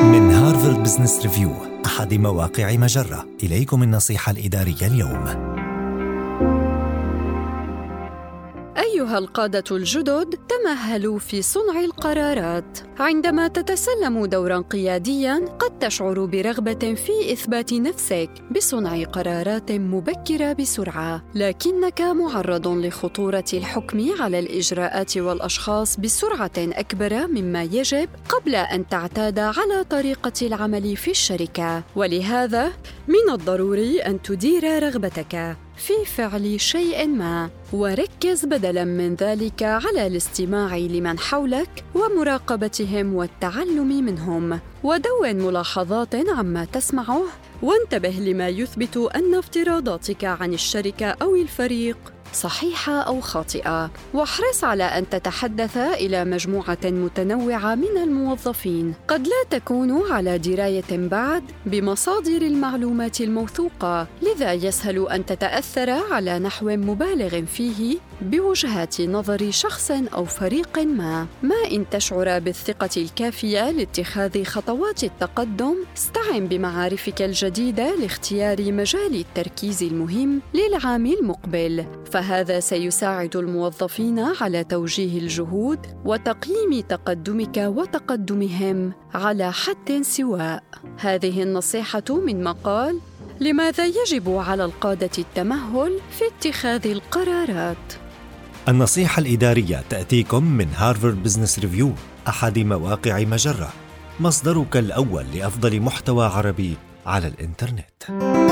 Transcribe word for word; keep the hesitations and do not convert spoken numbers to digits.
من هارفارد بزنس ريفيو، أحد مواقع مجرة، إليكم النصيحة الإدارية اليوم. أيها القادة الجدد، تمهلوا في صنع القرارات. عندما تتسلم دورا قياديا قد تشعر برغبة في إثبات نفسك بصنع قرارات مبكرة بسرعة، لكنك معرض لخطورة الحكم على الإجراءات والأشخاص بسرعة أكبر مما يجب قبل أن تعتاد على طريقة العمل في الشركة. ولهذا من الضروري أن تدير رغبتك في فعل شيء ما، وركز بدلاً من ذلك على الاستماع لمن حولك ومراقبتهم والتعلم منهم، ودون ملاحظات عما تسمعه، وانتبه لما يثبت أن افتراضاتك عن الشركة أو الفريق صحيحة أو خاطئة، واحرص على أن تتحدث إلى مجموعة متنوعة من الموظفين قد لا تكونوا على دراية بعد بمصادر المعلومات الموثوقة، لذا يسهل أن تتأثر على نحو مبالغ فيه بوجهات نظر شخص أو فريق ما. ما إن تشعر بالثقة الكافية لاتخاذ خطوات التقدم، استعن بمعارفك الجديدة لاختيار مجال التركيز المهم للعام المقبل، فهذا سيساعد الموظفين على توجيه الجهود وتقييم تقدمك وتقدمهم على حد سواء. هذه النصيحة من مقال لماذا يجب على القادة التمهل في اتخاذ القرارات. النصيحة الإدارية تأتيكم من هارفارد بزنس ريفيو، أحد مواقع مجرة، مصدرك الأول لأفضل محتوى عربي على الإنترنت.